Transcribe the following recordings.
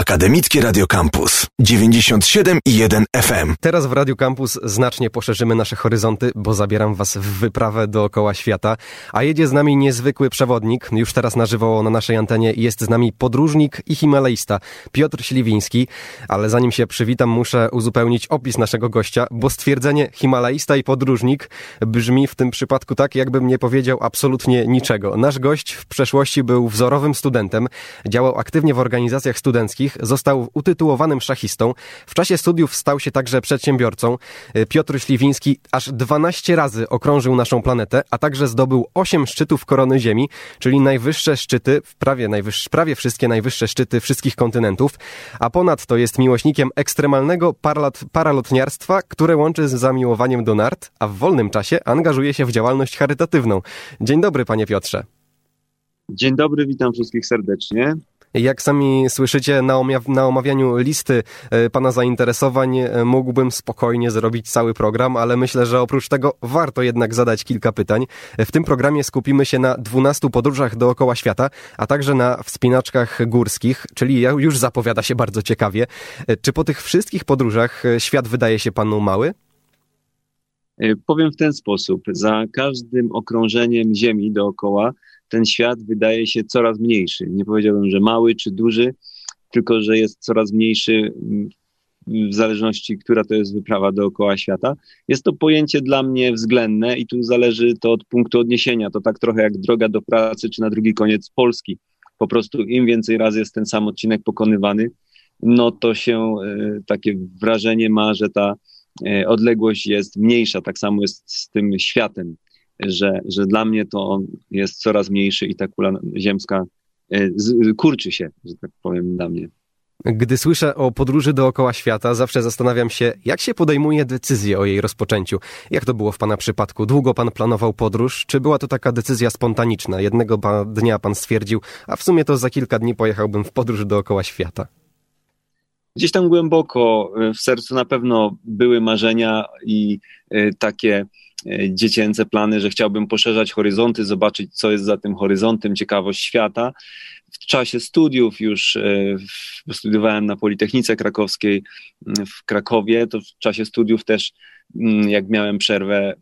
Akademickie Radio Campus 97,1 FM. Teraz w Radio Campus znacznie poszerzymy nasze horyzonty, bo zabieram was w wyprawę dookoła świata, a jedzie z nami niezwykły przewodnik. Już teraz na żywo na naszej antenie jest z nami podróżnik i himalaista Piotr Śliwiński, ale zanim się przywitam, muszę uzupełnić opis naszego gościa, bo stwierdzenie himalaista i podróżnik brzmi w tym przypadku tak, jakbym nie powiedział absolutnie niczego. Nasz gość w przeszłości był wzorowym studentem, działał aktywnie w organizacjach studenckich, został utytułowanym szachistą. W czasie studiów stał się także przedsiębiorcą. Piotr Śliwiński aż 12 razy okrążył naszą planetę, a także zdobył 8 szczytów korony Ziemi, czyli najwyższe szczyty, prawie wszystkie najwyższe szczyty wszystkich kontynentów, a ponadto jest miłośnikiem ekstremalnego paralotniarstwa, które łączy z zamiłowaniem do nart, a w wolnym czasie angażuje się w działalność charytatywną. Dzień dobry, panie Piotrze. Dzień dobry, witam wszystkich serdecznie. Jak sami słyszycie, na omawianiu listy pana zainteresowań mógłbym spokojnie zrobić cały program, ale myślę, że oprócz tego warto jednak zadać kilka pytań. W tym programie skupimy się na 12 podróżach dookoła świata, a także na wspinaczkach górskich, czyli już zapowiada się bardzo ciekawie. Czy po tych wszystkich podróżach świat wydaje się panu mały? Powiem w ten sposób. Za każdym okrążeniem Ziemi dookoła ten świat wydaje się coraz mniejszy. Nie powiedziałbym, że mały czy duży, tylko że jest coraz mniejszy w zależności, która to jest wyprawa dookoła świata. Jest to pojęcie dla mnie względne i tu zależy to od punktu odniesienia. To tak trochę jak droga do pracy czy na drugi koniec Polski. Po prostu im więcej razy jest ten sam odcinek pokonywany, no to się takie wrażenie ma, że ta odległość jest mniejsza. Tak samo jest z tym światem. Że dla mnie to on jest coraz mniejszy i ta kula ziemska kurczy się, że tak powiem, dla mnie. Gdy słyszę o podróży dookoła świata, zawsze zastanawiam się, jak się podejmuje decyzję o jej rozpoczęciu. Jak to było w pana przypadku? Długo pan planował podróż? Czy była to taka decyzja spontaniczna? Jednego dnia pan stwierdził, a w sumie to za kilka dni pojechałbym w podróż dookoła świata. Gdzieś tam głęboko w sercu na pewno były marzenia i takie dziecięce plany, że chciałbym poszerzać horyzonty, zobaczyć, co jest za tym horyzontem, ciekawość świata. W czasie studiów już studiowałem na Politechnice Krakowskiej w Krakowie, to w czasie studiów też, jak miałem przerwę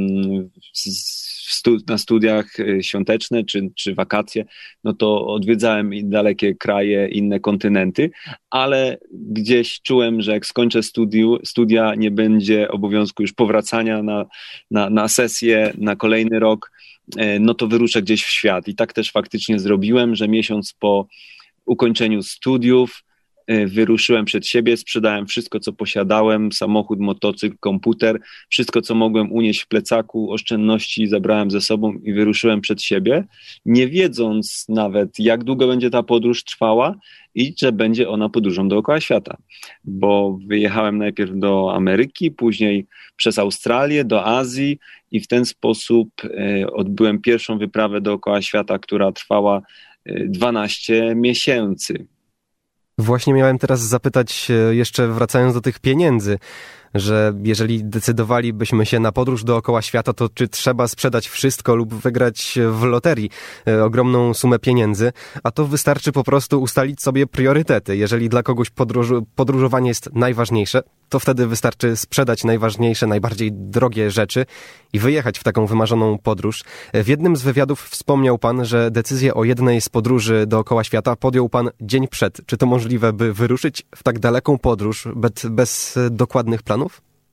na studiach świąteczne czy wakacje, no to odwiedzałem dalekie kraje, inne kontynenty, ale gdzieś czułem, że jak skończę studia, nie będzie obowiązku już powracania na sesję, na kolejny rok, no to wyruszę gdzieś w świat. I tak też faktycznie zrobiłem, że miesiąc po ukończeniu studiów wyruszyłem przed siebie, sprzedałem wszystko, co posiadałem, samochód, motocykl, komputer, wszystko, co mogłem unieść w plecaku, oszczędności zabrałem ze sobą i wyruszyłem przed siebie, nie wiedząc nawet, jak długo będzie ta podróż trwała i że będzie ona podróżą dookoła świata. Bo wyjechałem najpierw do Ameryki, później przez Australię, do Azji i w ten sposób odbyłem pierwszą wyprawę dookoła świata, która trwała 12 miesięcy. Właśnie miałem teraz zapytać, jeszcze wracając do tych pieniędzy, że jeżeli decydowalibyśmy się na podróż dookoła świata, to czy trzeba sprzedać wszystko lub wygrać w loterii ogromną sumę pieniędzy, a to wystarczy po prostu ustalić sobie priorytety. Jeżeli dla kogoś podróżowanie jest najważniejsze, to wtedy wystarczy sprzedać najważniejsze, najbardziej drogie rzeczy i wyjechać w taką wymarzoną podróż. W jednym z wywiadów wspomniał pan, że decyzję o jednej z podróży dookoła świata podjął pan dzień przed. Czy to możliwe, by wyruszyć w tak daleką podróż bez dokładnych planów?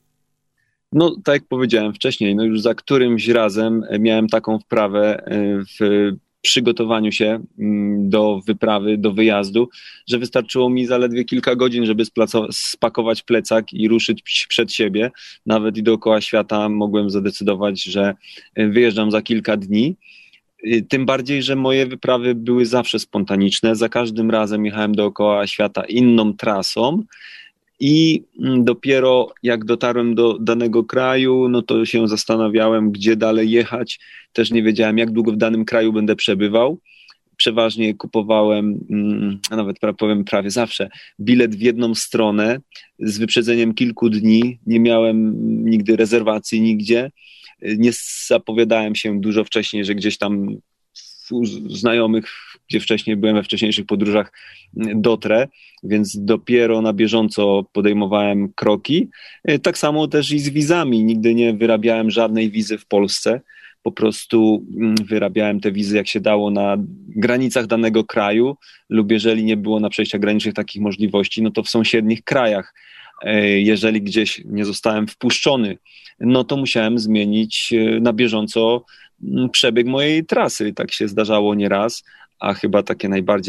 No, tak jak powiedziałem wcześniej, no już za którymś razem miałem taką wprawę w przygotowaniu się do wyprawy, do wyjazdu, że wystarczyło mi zaledwie kilka godzin, żeby spakować plecak i ruszyć przed siebie. Nawet i dookoła świata mogłem zadecydować, że wyjeżdżam za kilka dni. Tym bardziej, że moje wyprawy były zawsze spontaniczne. Za każdym razem jechałem dookoła świata inną trasą. I dopiero jak dotarłem do danego kraju, no to się zastanawiałem, gdzie dalej jechać. Też nie wiedziałem, jak długo w danym kraju będę przebywał. Przeważnie kupowałem, a nawet powiem prawie zawsze, bilet w jedną stronę z wyprzedzeniem kilku dni. Nie miałem nigdy rezerwacji nigdzie. Nie zapowiadałem się dużo wcześniej, że gdzieś tam u znajomych, gdzie wcześniej byłem we wcześniejszych podróżach, dotrę, więc dopiero na bieżąco podejmowałem kroki. Tak samo też i z wizami. Nigdy nie wyrabiałem żadnej wizy w Polsce. Po prostu wyrabiałem te wizy jak się dało na granicach danego kraju lub jeżeli nie było na przejściach granicznych takich możliwości, no to w sąsiednich krajach. Jeżeli gdzieś nie zostałem wpuszczony, no to musiałem zmienić na bieżąco przebieg mojej trasy. Tak się zdarzało nieraz, a chyba takie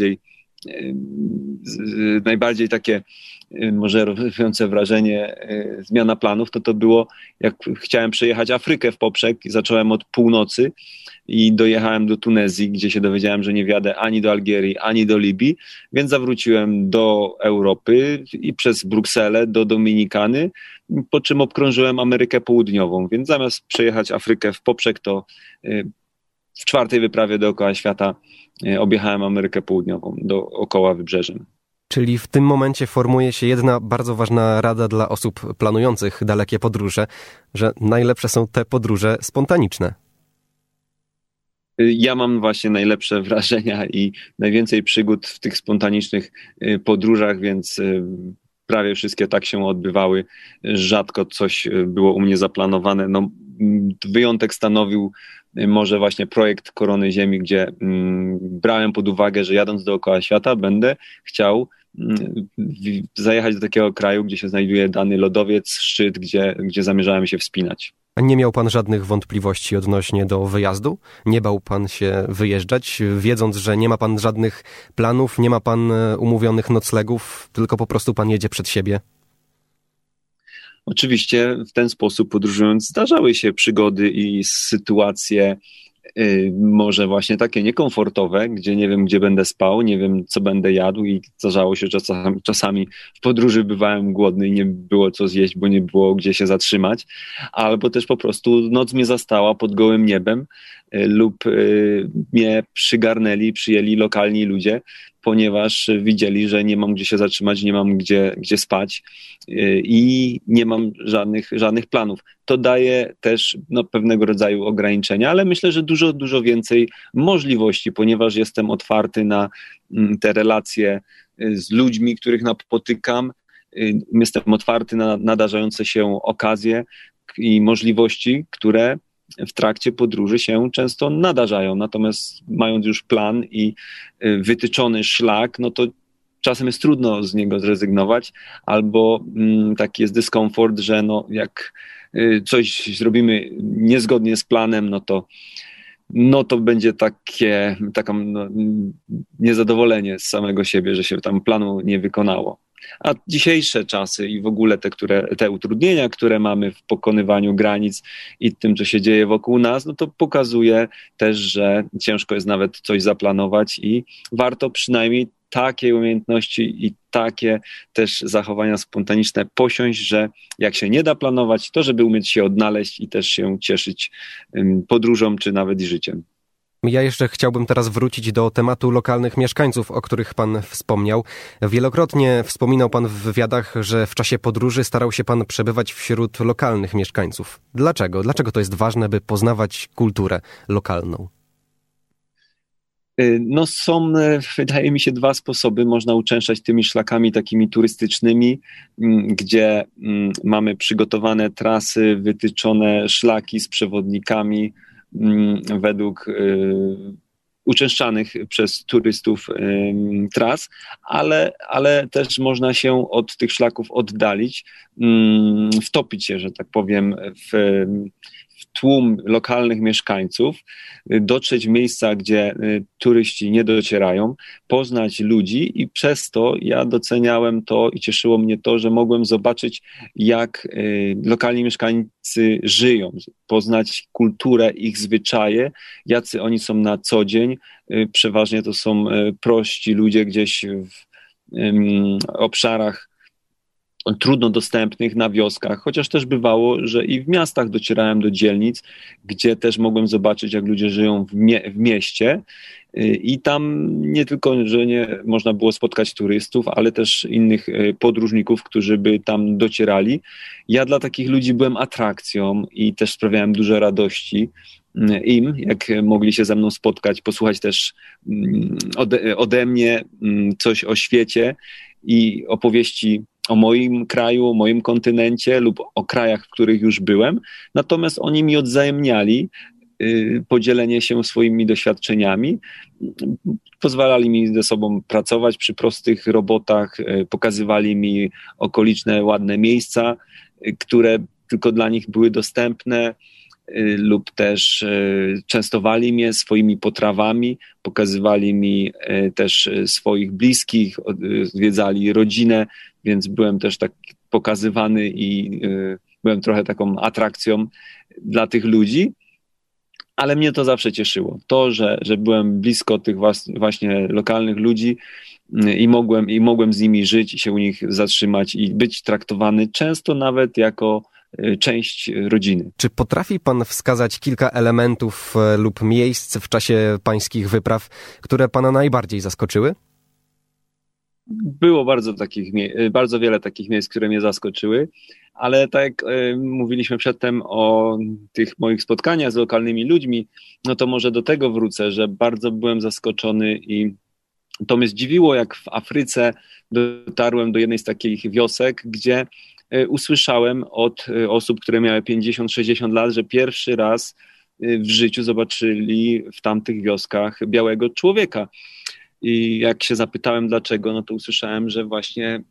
najbardziej takie może robiące wrażenie zmiana planów, to było jak chciałem przejechać Afrykę w poprzek, zacząłem od północy i dojechałem do Tunezji, gdzie się dowiedziałem, że nie wjadę ani do Algierii, ani do Libii, więc zawróciłem do Europy i przez Brukselę do Dominikany, po czym obkrążyłem Amerykę Południową, więc zamiast przejechać Afrykę w poprzek, to w 4. wyprawie dookoła świata objechałem Amerykę Południową dookoła wybrzeżem. Czyli w tym momencie formuje się jedna bardzo ważna rada dla osób planujących dalekie podróże, że najlepsze są te podróże spontaniczne. Ja mam właśnie najlepsze wrażenia i najwięcej przygód w tych spontanicznych podróżach, więc prawie wszystkie tak się odbywały. Rzadko coś było u mnie zaplanowane. No, wyjątek stanowił może właśnie projekt Korony Ziemi, gdzie brałem pod uwagę, że jadąc dookoła świata będę chciał zajechać do takiego kraju, gdzie się znajduje dany lodowiec, szczyt, gdzie zamierzałem się wspinać. A nie miał pan żadnych wątpliwości odnośnie do wyjazdu? Nie bał pan się wyjeżdżać, wiedząc, że nie ma pan żadnych planów, nie ma pan umówionych noclegów, tylko po prostu pan jedzie przed siebie? Oczywiście w ten sposób podróżując zdarzały się przygody i sytuacje może właśnie takie niekomfortowe, gdzie nie wiem, gdzie będę spał, nie wiem, co będę jadł i zdarzało się, że czasami w podróży bywałem głodny i nie było co zjeść, bo nie było gdzie się zatrzymać, albo też po prostu noc mnie zastała pod gołym niebem lub mnie przyjęli lokalni ludzie, ponieważ widzieli, że nie mam gdzie się zatrzymać, nie mam gdzie spać i nie mam żadnych planów. To daje też pewnego rodzaju ograniczenia, ale myślę, że dużo więcej możliwości, ponieważ jestem otwarty na te relacje z ludźmi, których napotykam. Jestem otwarty na nadarzające się okazje i możliwości, które w trakcie podróży się często nadarzają. Natomiast mając już plan i wytyczony szlak, no to czasem jest trudno z niego zrezygnować, albo taki jest dyskomfort, że jak coś zrobimy niezgodnie z planem, no to będzie takie niezadowolenie z samego siebie, że się tam planu nie wykonało. A dzisiejsze czasy i w ogóle te utrudnienia, które mamy w pokonywaniu granic i tym, co się dzieje wokół nas, no to pokazuje też, że ciężko jest nawet coś zaplanować i warto przynajmniej takie umiejętności i takie też zachowania spontaniczne posiąść, że jak się nie da planować, to żeby umieć się odnaleźć i też się cieszyć podróżą czy nawet i życiem. Ja jeszcze chciałbym teraz wrócić do tematu lokalnych mieszkańców, o których pan wspomniał. Wielokrotnie wspominał pan w wywiadach, że w czasie podróży starał się pan przebywać wśród lokalnych mieszkańców. Dlaczego? Dlaczego to jest ważne, by poznawać kulturę lokalną? No są, wydaje mi się, 2 sposoby. Można uczęszczać tymi szlakami takimi turystycznymi, gdzie mamy przygotowane trasy, wytyczone szlaki z przewodnikami według uczęszczanych przez turystów tras, ale też można się od tych szlaków oddalić, wtopić się, że tak powiem, w tłum lokalnych mieszkańców, dotrzeć w miejsca, gdzie turyści nie docierają, poznać ludzi i przez to ja doceniałem to i cieszyło mnie to, że mogłem zobaczyć, jak lokalni mieszkańcy żyją, poznać kulturę, ich zwyczaje, jacy oni są na co dzień. Przeważnie to są prości ludzie gdzieś w obszarach trudno dostępnych na wioskach, chociaż też bywało, że i w miastach docierałem do dzielnic, gdzie też mogłem zobaczyć, jak ludzie żyją w mieście i tam nie tylko, że nie można było spotkać turystów, ale też innych podróżników, którzy by tam docierali. Ja dla takich ludzi byłem atrakcją i też sprawiałem dużo radości im, jak mogli się ze mną spotkać, posłuchać też ode mnie coś o świecie i opowieści o moim kraju, o moim kontynencie lub o krajach, w których już byłem. Natomiast oni mi odwzajemniali podzielenie się swoimi doświadczeniami. Pozwalali mi ze sobą pracować przy prostych robotach, pokazywali mi okoliczne, ładne miejsca, które tylko dla nich były dostępne, lub też częstowali mnie swoimi potrawami, pokazywali mi też swoich bliskich, zwiedzali rodzinę, więc byłem też tak pokazywany i byłem trochę taką atrakcją dla tych ludzi. Ale mnie to zawsze cieszyło. To, że byłem blisko tych właśnie lokalnych ludzi i mogłem z nimi żyć i się u nich zatrzymać i być traktowany często nawet jako część rodziny. Czy potrafi pan wskazać kilka elementów lub miejsc w czasie pańskich wypraw, które pana najbardziej zaskoczyły? Było bardzo wiele takich miejsc, które mnie zaskoczyły, ale tak jak mówiliśmy przedtem o tych moich spotkaniach z lokalnymi ludźmi, no to może do tego wrócę, że bardzo byłem zaskoczony i to mnie zdziwiło, jak w Afryce dotarłem do jednej z takich wiosek, gdzie usłyszałem od osób, które miały 50-60 lat, że pierwszy raz w życiu zobaczyli w tamtych wioskach białego człowieka. I jak się zapytałem dlaczego, no to usłyszałem, że właśnie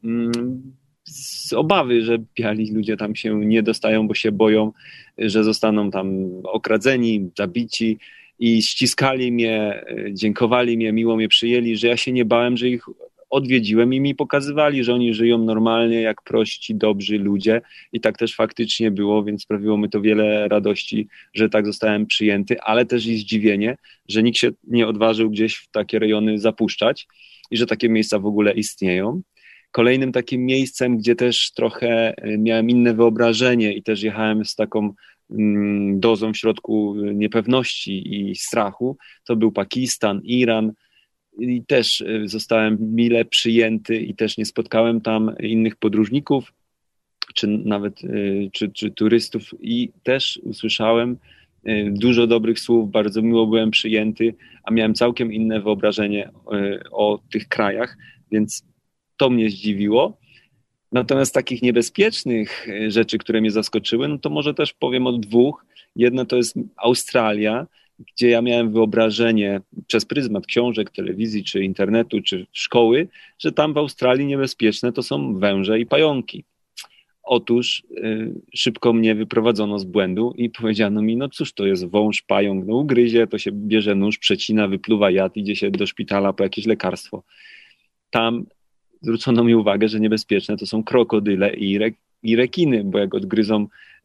z obawy, że biali ludzie tam się nie dostają, bo się boją, że zostaną tam okradzeni, zabici, i ściskali mnie, dziękowali mnie, miło mnie przyjęli, że ja się nie bałem, że ich odwiedziłem i mi pokazywali, że oni żyją normalnie jak prości, dobrzy ludzie, i tak też faktycznie było, więc sprawiło mi to wiele radości, że tak zostałem przyjęty, ale też i zdziwienie, że nikt się nie odważył gdzieś w takie rejony zapuszczać i że takie miejsca w ogóle istnieją. Kolejnym takim miejscem, gdzie też trochę miałem inne wyobrażenie i też jechałem z taką dozą w środku niepewności i strachu, to był Pakistan, Iran. I też zostałem mile przyjęty i też nie spotkałem tam innych podróżników, czy nawet czy turystów, i też usłyszałem dużo dobrych słów, bardzo miło byłem przyjęty, a miałem całkiem inne wyobrażenie o tych krajach, więc to mnie zdziwiło. Natomiast takich niebezpiecznych rzeczy, które mnie zaskoczyły, no to może też powiem o dwóch. Jedna to jest Australia, gdzie ja miałem wyobrażenie przez pryzmat książek, telewizji, czy internetu, czy szkoły, że tam w Australii niebezpieczne to są węże i pająki. Otóż szybko mnie wyprowadzono z błędu i powiedziano mi, no cóż to jest wąż, pająk, no ugryzie, to się bierze nóż, przecina, wypluwa jad, idzie się do szpitala po jakieś lekarstwo. Tam zwrócono mi uwagę, że niebezpieczne to są krokodyle i rekiny, bo jak odgryzą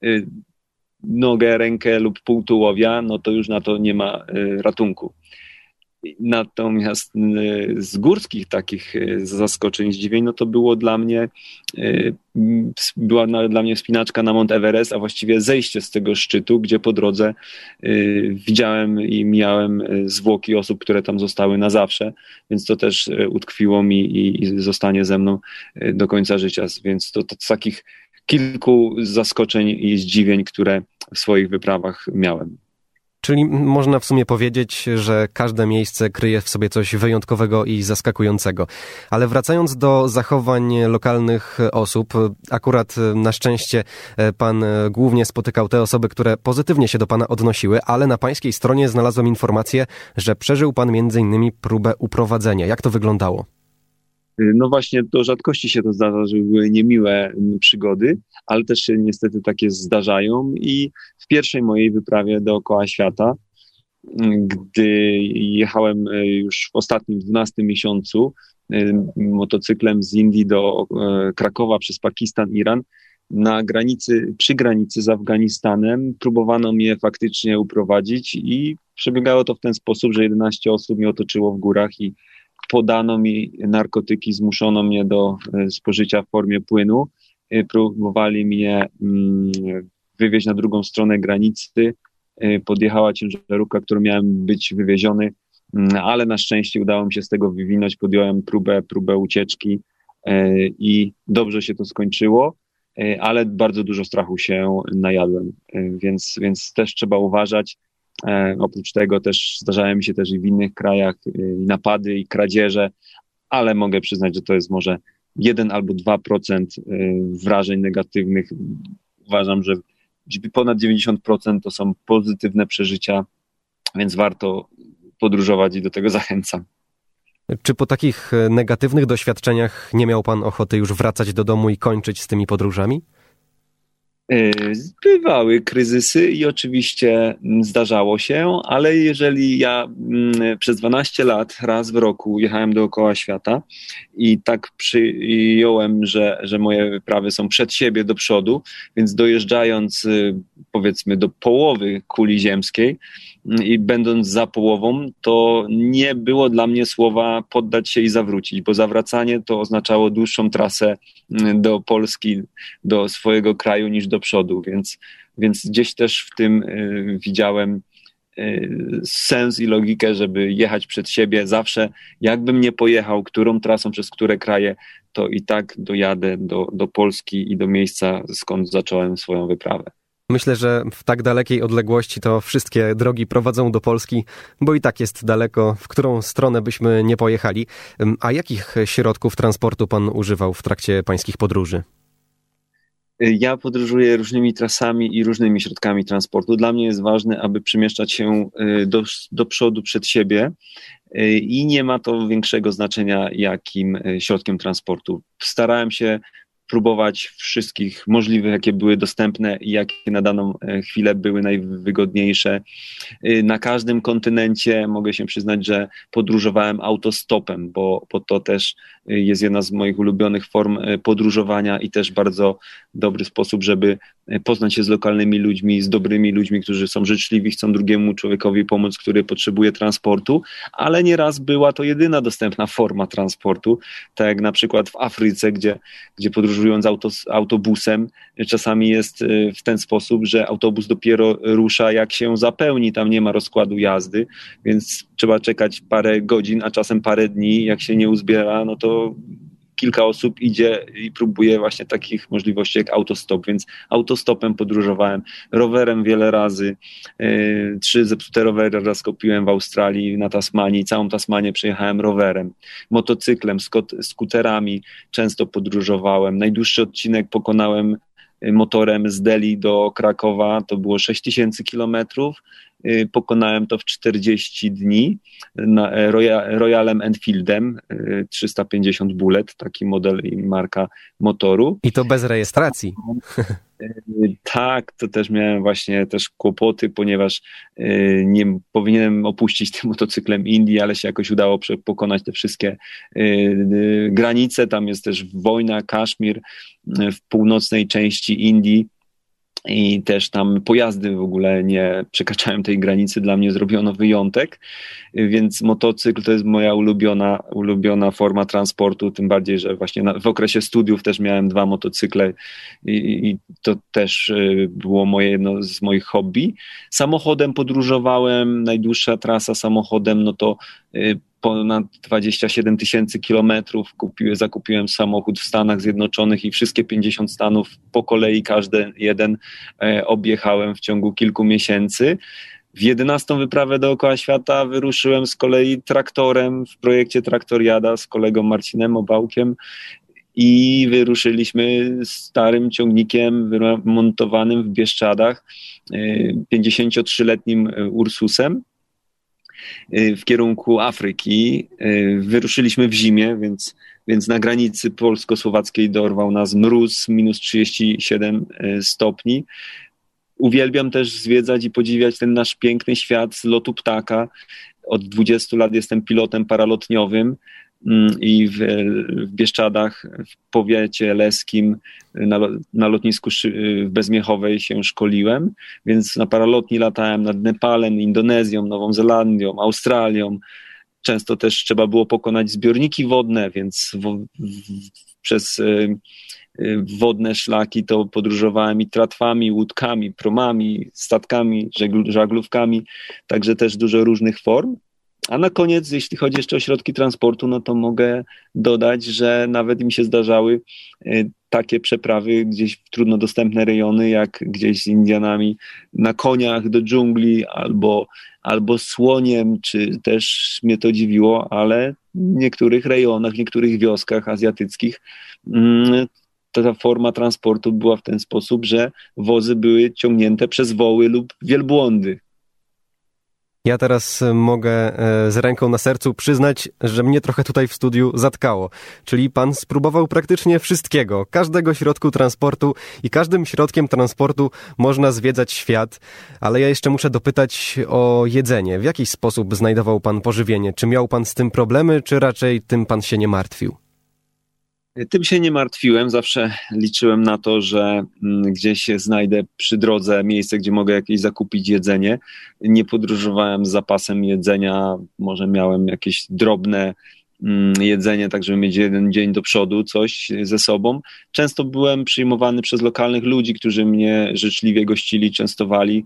nogę, rękę lub pół tułowia, no to już na to nie ma ratunku. Natomiast z górskich takich zaskoczeń, zdziwień, no to była dla mnie wspinaczka na Mount Everest, a właściwie zejście z tego szczytu, gdzie po drodze widziałem i mijałem zwłoki osób, które tam zostały na zawsze, więc to też utkwiło mi i zostanie ze mną do końca życia, więc to z takich kilku zaskoczeń i zdziwień, które w swoich wyprawach miałem. Czyli można w sumie powiedzieć, że każde miejsce kryje w sobie coś wyjątkowego i zaskakującego. Ale wracając do zachowań lokalnych osób, akurat na szczęście pan głównie spotykał te osoby, które pozytywnie się do pana odnosiły, ale na pańskiej stronie znalazłem informację, że przeżył pan m.in. próbę uprowadzenia. Jak to wyglądało? No właśnie, do rzadkości się to zdarza, że były niemiłe przygody, ale też się niestety takie zdarzają, i w pierwszej mojej wyprawie dookoła świata, gdy jechałem już w ostatnim 12 miesiącu motocyklem z Indii do Krakowa przez Pakistan, Iran, przy granicy z Afganistanem próbowano mnie faktycznie uprowadzić i przebiegało to w ten sposób, że 11 osób mnie otoczyło w górach i podano mi narkotyki, zmuszono mnie do spożycia w formie płynu. Próbowali mnie wywieźć na drugą stronę granicy. Podjechała ciężarówka, którą miałem być wywieziony, ale na szczęście udało mi się z tego wywinąć. Podjąłem próbę ucieczki i dobrze się to skończyło, ale bardzo dużo strachu się najadłem, więc też trzeba uważać. Oprócz tego też zdarzają mi się też i w innych krajach napady i kradzieże, ale mogę przyznać, że to jest może 1 albo 2% wrażeń negatywnych. Uważam, że ponad 90% to są pozytywne przeżycia, więc warto podróżować i do tego zachęcam. Czy po takich negatywnych doświadczeniach nie miał pan ochoty już wracać do domu i kończyć z tymi podróżami? Bywały kryzysy i oczywiście zdarzało się, ale jeżeli ja przez 12 lat raz w roku jechałem dookoła świata i tak przyjąłem, że moje wyprawy są przed siebie do przodu, więc dojeżdżając powiedzmy do połowy kuli ziemskiej i będąc za połową, to nie było dla mnie słowa poddać się i zawrócić, bo zawracanie to oznaczało dłuższą trasę do Polski, do swojego kraju niż do przodu, więc gdzieś też w tym widziałem sens i logikę, żeby jechać przed siebie zawsze. Jakbym nie pojechał, którą trasą, przez które kraje, to i tak dojadę do Polski i do miejsca, skąd zacząłem swoją wyprawę. Myślę, że w tak dalekiej odległości to wszystkie drogi prowadzą do Polski, bo i tak jest daleko, w którą stronę byśmy nie pojechali. A jakich środków transportu pan używał w trakcie pańskich podróży? Ja podróżuję różnymi trasami i różnymi środkami transportu. Dla mnie jest ważne, aby przemieszczać się do przodu przed siebie i nie ma to większego znaczenia, jakim środkiem transportu. Starałem się próbować wszystkich możliwych, jakie były dostępne i jakie na daną chwilę były najwygodniejsze. Na każdym kontynencie mogę się przyznać, że podróżowałem autostopem, bo to też jest jedna z moich ulubionych form podróżowania i też bardzo dobry sposób, żeby poznać się z lokalnymi ludźmi, z dobrymi ludźmi, którzy są życzliwi, chcą drugiemu człowiekowi pomóc, który potrzebuje transportu, ale nieraz była to jedyna dostępna forma transportu, tak jak na przykład w Afryce, gdzie podróżując autobusem, czasami jest w ten sposób, że autobus dopiero rusza, jak się zapełni, tam nie ma rozkładu jazdy, więc trzeba czekać parę godzin, a czasem parę dni, jak się nie uzbiera, no to kilka osób idzie i próbuje właśnie takich możliwości jak autostop, więc autostopem podróżowałem, rowerem wiele razy, 3 zepsute rowery raz kupiłem w Australii, na Tasmanii, całą Tasmanię przejechałem rowerem, motocyklem, skuterami często podróżowałem, najdłuższy odcinek pokonałem motorem z Delhi do Krakowa, to było 6000 kilometrów, pokonałem to w 40 dni Royalem Enfieldem 350 Bullet, taki model i marka motoru. I to bez rejestracji. Tak, to też miałem właśnie też kłopoty, ponieważ nie powinienem opuścić tym motocyklem Indii, ale się jakoś udało pokonać te wszystkie granice. Tam jest też wojna, Kaszmir w północnej części Indii. I też tam pojazdy w ogóle nie przekraczają tej granicy, dla mnie zrobiono wyjątek, więc motocykl to jest moja ulubiona forma transportu, tym bardziej, że właśnie w okresie studiów też miałem 2 motocykle i to też było jedno z moich hobby. Samochodem podróżowałem, najdłuższa trasa samochodem, no to ponad 27 000 kilometrów. Zakupiłem samochód w Stanach Zjednoczonych i wszystkie 50 stanów po kolei, każdy jeden objechałem w ciągu kilku miesięcy. W 11. wyprawę dookoła świata wyruszyłem z kolei traktorem w projekcie Traktoriada z kolegą Marcinem Obałkiem i wyruszyliśmy starym ciągnikiem wymontowanym w Bieszczadach, 53-letnim Ursusem, w kierunku Afryki. Wyruszyliśmy w zimie, więc na granicy polsko-słowackiej dorwał nas mróz, minus 37 stopni. Uwielbiam też zwiedzać i podziwiać ten nasz piękny świat z lotu ptaka. Od 20 lat jestem pilotem paralotniowym i w Bieszczadach, w powiecie leskim, na lotnisku w Bezmiechowej się szkoliłem, więc na paralotni latałem nad Nepalem, Indonezją, Nową Zelandią, Australią. Często też trzeba było pokonać zbiorniki wodne, więc przez wodne szlaki to podróżowałem i tratwami, łódkami, promami, statkami, żaglówkami, także też dużo różnych form. A na koniec, jeśli chodzi jeszcze o środki transportu, no to mogę dodać, że nawet mi się zdarzały takie przeprawy gdzieś w trudno dostępne rejony, jak gdzieś z Indianami na koniach do dżungli albo słoniem, czy też mnie to dziwiło, ale w niektórych rejonach, w niektórych wioskach azjatyckich ta forma transportu była w ten sposób, że wozy były ciągnięte przez woły lub wielbłądy. Ja teraz mogę z ręką na sercu przyznać, że mnie trochę tutaj w studiu zatkało. Czyli pan spróbował praktycznie wszystkiego, każdego środku transportu i każdym środkiem transportu można zwiedzać świat. Ale ja jeszcze muszę dopytać o jedzenie. W jaki sposób znajdował pan pożywienie? Czy miał pan z tym problemy, czy raczej tym pan się nie martwił? Tym się nie martwiłem, zawsze liczyłem na to, że gdzieś znajdę przy drodze miejsce, gdzie mogę jakieś zakupić jedzenie. Nie podróżowałem z zapasem jedzenia, może miałem jakieś drobne jedzenie, tak żeby mieć jeden dzień do przodu, coś ze sobą. Często byłem przyjmowany przez lokalnych ludzi, którzy mnie życzliwie gościli, częstowali.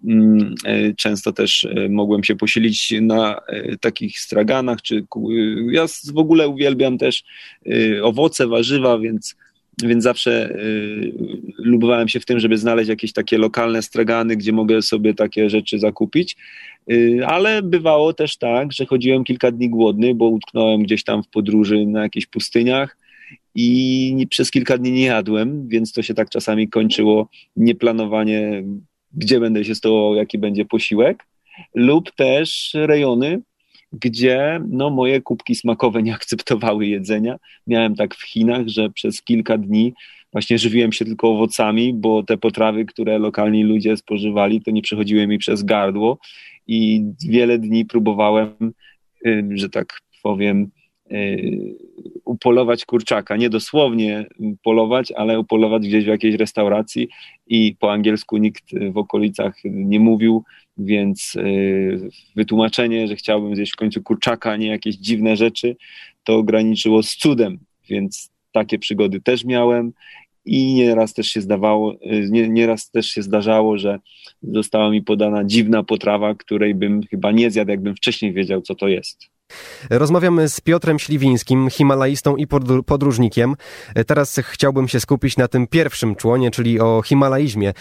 Często też mogłem się posilić na takich straganach, ja w ogóle uwielbiam też owoce, warzywa, więc zawsze lubowałem się w tym, żeby znaleźć jakieś takie lokalne stragany, gdzie mogę sobie takie rzeczy zakupić, ale bywało też tak, że chodziłem kilka dni głodny, bo utknąłem gdzieś tam w podróży na jakichś pustyniach i przez kilka dni nie jadłem, więc to się tak czasami kończyło nieplanowanie, gdzie będę się stołował, jaki będzie posiłek, lub też rejony, gdzie moje kubki smakowe nie akceptowały jedzenia. Miałem tak w Chinach, że przez kilka dni właśnie żywiłem się tylko owocami, bo te potrawy, które lokalni ludzie spożywali, to nie przechodziły mi przez gardło i wiele dni próbowałem, że tak powiem, upolować kurczaka. Nie dosłownie polować, ale upolować gdzieś w jakiejś restauracji i po angielsku nikt w okolicach nie mówił, więc wytłumaczenie, że chciałbym zjeść w końcu kurczaka, a nie jakieś dziwne rzeczy, to graniczyło z cudem, więc takie przygody też miałem i nieraz też się zdarzało, że została mi podana dziwna potrawa, której bym chyba nie zjadł, jakbym wcześniej wiedział, co to jest. Rozmawiamy z Piotrem Śliwińskim, himalaistą i podróżnikiem. Teraz chciałbym się skupić na tym pierwszym członie, czyli o himalaizmie.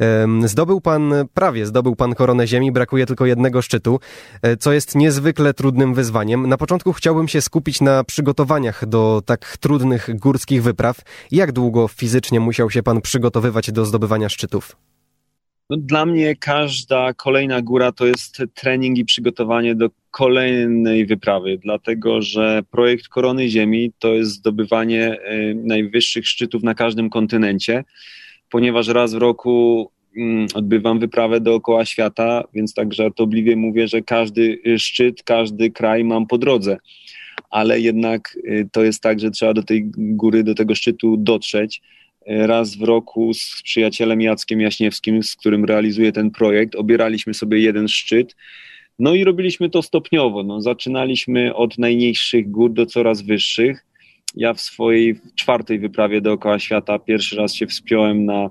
Zdobył pan koronę ziemi, brakuje tylko jednego szczytu, co jest niezwykle trudnym wyzwaniem. Na początku chciałbym się skupić na przygotowaniach do tak trudnych górskich wypraw. Jak długo fizycznie musiał się pan przygotowywać do zdobywania szczytów? Dla mnie każda kolejna góra to jest trening i przygotowanie do kolejnej wyprawy, dlatego że projekt Korony Ziemi to jest zdobywanie najwyższych szczytów na każdym kontynencie, ponieważ raz w roku odbywam wyprawę dookoła świata, więc tak żartobliwie mówię, że każdy szczyt, każdy kraj mam po drodze, ale jednak to jest tak, że trzeba do tej góry, do tego szczytu dotrzeć. Raz w roku z przyjacielem Jackiem Jaśniewskim, z którym realizuję ten projekt, obieraliśmy sobie jeden szczyt, i robiliśmy to stopniowo. Zaczynaliśmy od najniższych gór do coraz wyższych. Ja w swojej 4. wyprawie dookoła świata pierwszy raz się wspiąłem na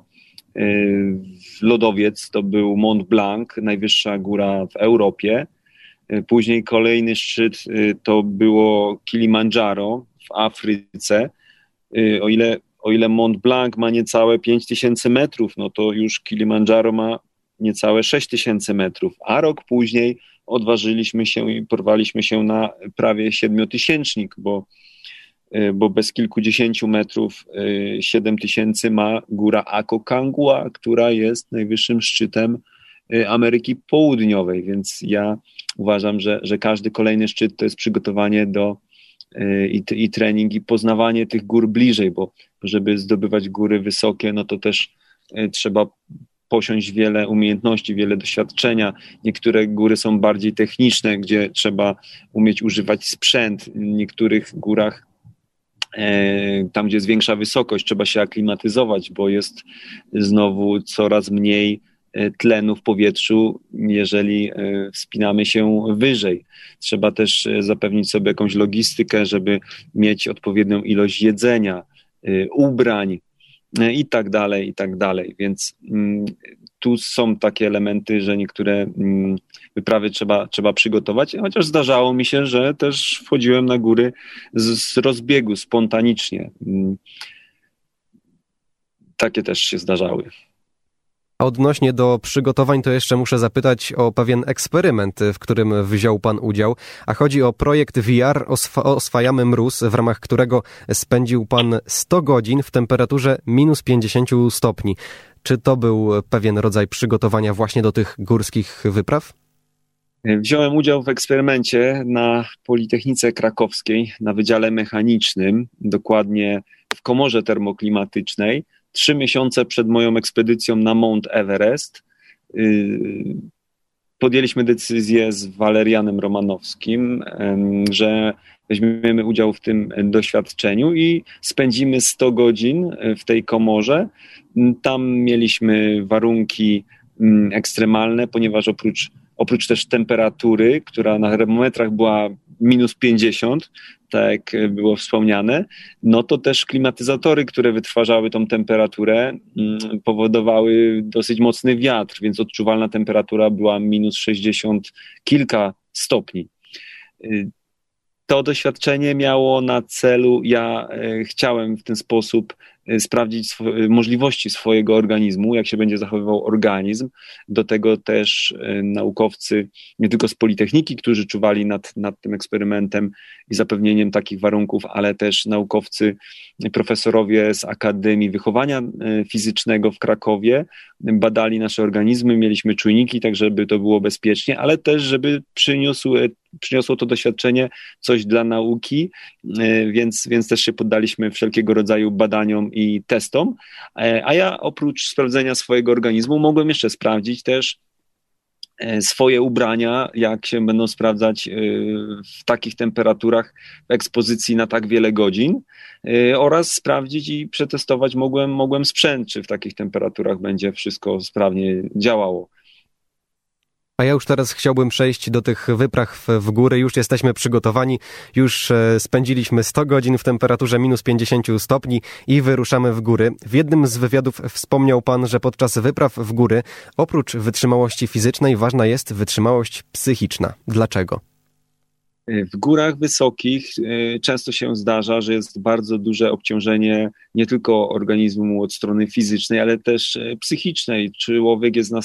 lodowiec, to był Mont Blanc, najwyższa góra w Europie. Później kolejny szczyt to było Kilimandżaro w Afryce. O ile Mont Blanc ma niecałe 5000 metrów, to już Kilimandżaro ma niecałe 6000 metrów, a rok później odważyliśmy się i porwaliśmy się na prawie 7000, bo bez kilkudziesięciu metrów 7000 ma góra Aconcagua, która jest najwyższym szczytem Ameryki Południowej, więc ja uważam, że każdy kolejny szczyt to jest przygotowanie i trening i poznawanie tych gór bliżej, bo żeby zdobywać góry wysokie, to też trzeba posiąść wiele umiejętności, wiele doświadczenia. Niektóre góry są bardziej techniczne, gdzie trzeba umieć używać sprzęt. W niektórych górach, tam gdzie jest większa wysokość, trzeba się aklimatyzować, bo jest znowu coraz mniej tlenu w powietrzu, jeżeli wspinamy się wyżej. Trzeba też zapewnić sobie jakąś logistykę, żeby mieć odpowiednią ilość jedzenia, ubrań i tak dalej, i tak dalej. Więc tu są takie elementy, że niektóre wyprawy trzeba przygotować, chociaż zdarzało mi się, że też wchodziłem na góry z rozbiegu, spontanicznie. Takie też się zdarzały. A odnośnie do przygotowań, to jeszcze muszę zapytać o pewien eksperyment, w którym wziął pan udział, a chodzi o projekt VR Oswajamy mróz, w ramach którego spędził pan 100 godzin w temperaturze minus 50 stopni. Czy to był pewien rodzaj przygotowania właśnie do tych górskich wypraw? Wziąłem udział w eksperymencie na Politechnice Krakowskiej, na Wydziale Mechanicznym, dokładnie w komorze termoklimatycznej. 3 miesiące przed moją ekspedycją na Mount Everest podjęliśmy decyzję z Walerianem Romanowskim, że weźmiemy udział w tym doświadczeniu i spędzimy 100 godzin w tej komorze. Tam mieliśmy warunki ekstremalne, ponieważ oprócz też temperatury, która na termometrach była minus 50, tak jak było wspomniane, no to też klimatyzatory, które wytwarzały tą temperaturę, powodowały dosyć mocny wiatr, więc odczuwalna temperatura była minus 60 kilka stopni. To doświadczenie miało na celu, ja chciałem w ten sposób sprawdzić możliwości swojego organizmu, jak się będzie zachowywał organizm. Do tego też naukowcy, nie tylko z Politechniki, którzy czuwali nad tym eksperymentem i zapewnieniem takich warunków, ale też naukowcy, profesorowie z Akademii Wychowania Fizycznego w Krakowie badali nasze organizmy, mieliśmy czujniki, tak żeby to było bezpiecznie, ale też żeby przyniosło to doświadczenie coś dla nauki, więc też się poddaliśmy wszelkiego rodzaju badaniom i testom, a ja oprócz sprawdzenia swojego organizmu mogłem jeszcze sprawdzić też swoje ubrania, jak się będą sprawdzać w takich temperaturach w ekspozycji na tak wiele godzin, oraz sprawdzić i przetestować mogłem sprzęt, czy w takich temperaturach będzie wszystko sprawnie działało. A ja już teraz chciałbym przejść do tych wypraw w góry. Już jesteśmy przygotowani, już spędziliśmy 100 godzin w temperaturze minus 50 stopni i wyruszamy w góry. W jednym z wywiadów wspomniał pan, że podczas wypraw w góry oprócz wytrzymałości fizycznej ważna jest wytrzymałość psychiczna. Dlaczego? W górach wysokich często się zdarza, że jest bardzo duże obciążenie nie tylko organizmu od strony fizycznej, ale też psychicznej. Człowiek jest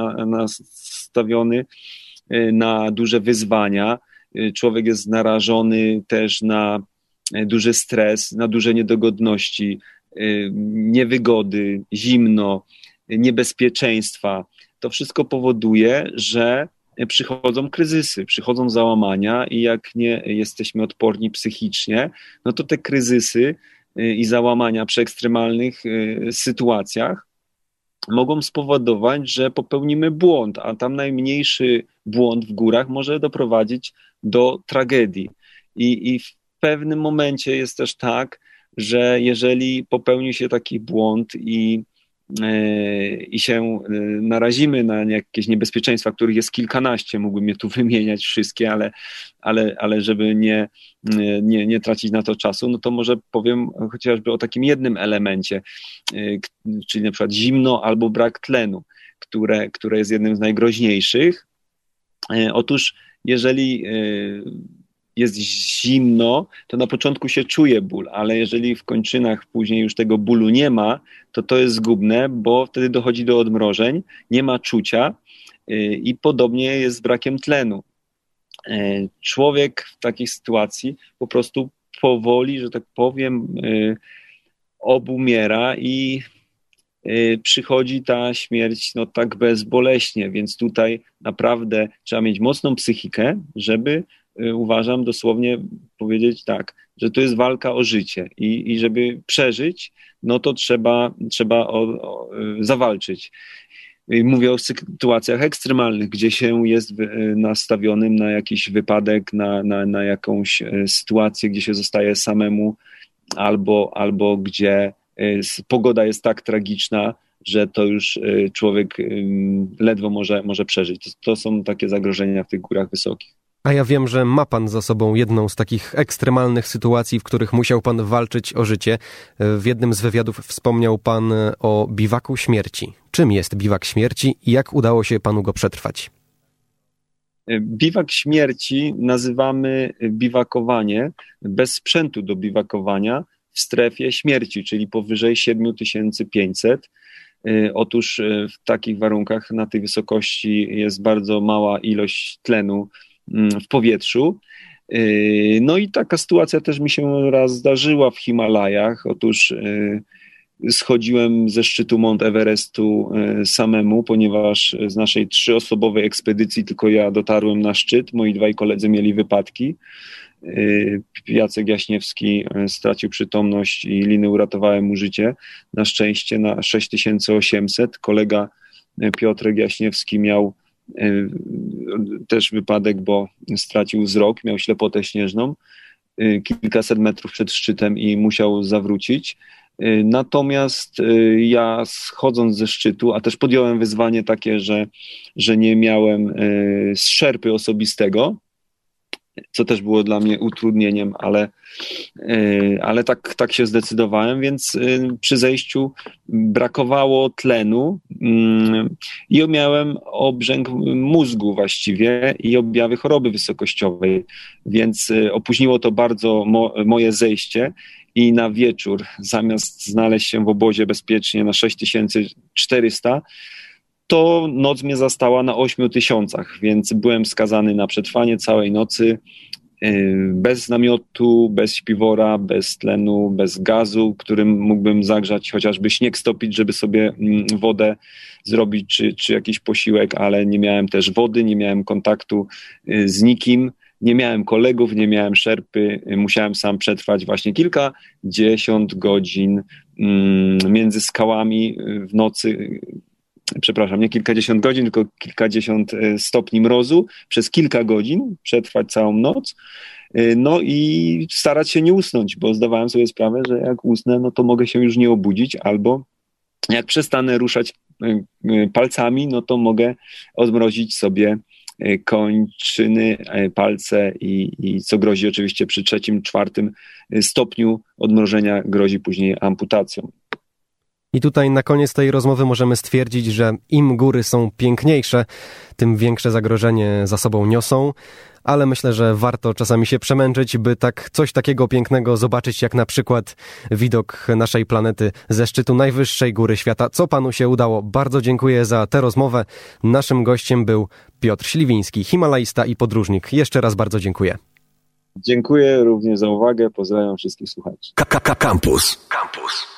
nastawiony na duże wyzwania, człowiek jest narażony też na duży stres, na duże niedogodności, niewygody, zimno, niebezpieczeństwa. To wszystko powoduje, że przychodzą kryzysy, przychodzą załamania i jak nie jesteśmy odporni psychicznie, no to te kryzysy i załamania przy ekstremalnych sytuacjach mogą spowodować, że popełnimy błąd, a tam najmniejszy błąd w górach może doprowadzić do tragedii. I w pewnym momencie jest też tak, że jeżeli popełni się taki błąd i się narazimy na jakieś niebezpieczeństwa, których jest kilkanaście, mógłbym je tu wymieniać wszystkie, ale żeby nie tracić na to czasu, no to może powiem chociażby o takim jednym elemencie, czyli na przykład zimno albo brak tlenu, które jest jednym z najgroźniejszych. Otóż jeżeli jest zimno, to na początku się czuje ból, ale jeżeli w kończynach później już tego bólu nie ma, to jest zgubne, bo wtedy dochodzi do odmrożeń, nie ma czucia i podobnie jest z brakiem tlenu. Człowiek w takiej sytuacji po prostu powoli, że tak powiem, obumiera i przychodzi ta śmierć tak bezboleśnie, więc tutaj naprawdę trzeba mieć mocną psychikę, żeby uważam dosłownie powiedzieć tak, że to jest walka o życie i żeby przeżyć, no to trzeba zawalczyć. Mówię o sytuacjach ekstremalnych, gdzie się jest nastawionym na jakiś wypadek, na jakąś sytuację, gdzie się zostaje samemu albo gdzie pogoda jest tak tragiczna, że to już człowiek ledwo może przeżyć. To są takie zagrożenia w tych górach wysokich. A ja wiem, że ma pan za sobą jedną z takich ekstremalnych sytuacji, w których musiał pan walczyć o życie. W jednym z wywiadów wspomniał pan o biwaku śmierci. Czym jest biwak śmierci i jak udało się panu go przetrwać? Biwak śmierci nazywamy biwakowanie bez sprzętu do biwakowania w strefie śmierci, czyli powyżej 7500. Otóż w takich warunkach, na tej wysokości jest bardzo mała ilość tlenu w powietrzu. No i taka sytuacja też mi się raz zdarzyła w Himalajach. Otóż schodziłem ze szczytu Mount Everestu samemu, ponieważ z naszej 3-osobowej ekspedycji tylko ja dotarłem na szczyt. Moi dwaj koledzy mieli wypadki. Jacek Jaśniewski stracił przytomność i liny uratowały mu życie. Na szczęście na 6800. Kolega Piotrek Jaśniewski miał też wypadek, bo stracił wzrok, miał ślepotę śnieżną kilkaset metrów przed szczytem i musiał zawrócić. Natomiast ja schodząc ze szczytu, a też podjąłem wyzwanie takie, że nie miałem szerpy osobistego, co też było dla mnie utrudnieniem, ale tak się zdecydowałem, więc przy zejściu brakowało tlenu i miałem obrzęk mózgu właściwie i objawy choroby wysokościowej, więc opóźniło to bardzo moje zejście i na wieczór, zamiast znaleźć się w obozie bezpiecznie na 6400, to noc mnie zastała na 8000, więc byłem skazany na przetrwanie całej nocy bez namiotu, bez śpiwora, bez tlenu, bez gazu, którym mógłbym zagrzać, chociażby śnieg stopić, żeby sobie wodę zrobić, czy jakiś posiłek, ale nie miałem też wody, nie miałem kontaktu z nikim, nie miałem kolegów, nie miałem szerpy, musiałem sam przetrwać właśnie kilkadziesiąt godzin między skałami w nocy. Przepraszam, nie kilkadziesiąt godzin, tylko kilkadziesiąt stopni mrozu, przez kilka godzin przetrwać całą noc, no i starać się nie usnąć, bo zdawałem sobie sprawę, że jak usnę, no to mogę się już nie obudzić, albo jak przestanę ruszać palcami, no to mogę odmrozić sobie kończyny, palce i co grozi oczywiście przy 3., 4. stopniu odmrożenia, grozi później amputacją. I tutaj na koniec tej rozmowy możemy stwierdzić, że im góry są piękniejsze, tym większe zagrożenie za sobą niosą, ale myślę, że warto czasami się przemęczyć, by coś takiego pięknego zobaczyć, jak na przykład widok naszej planety ze szczytu najwyższej góry świata. Co panu się udało? Bardzo dziękuję za tę rozmowę. Naszym gościem był Piotr Śliwiński, himalaista i podróżnik. Jeszcze raz bardzo dziękuję. Dziękuję również za uwagę. Pozdrawiam wszystkich słuchaczy. Campus.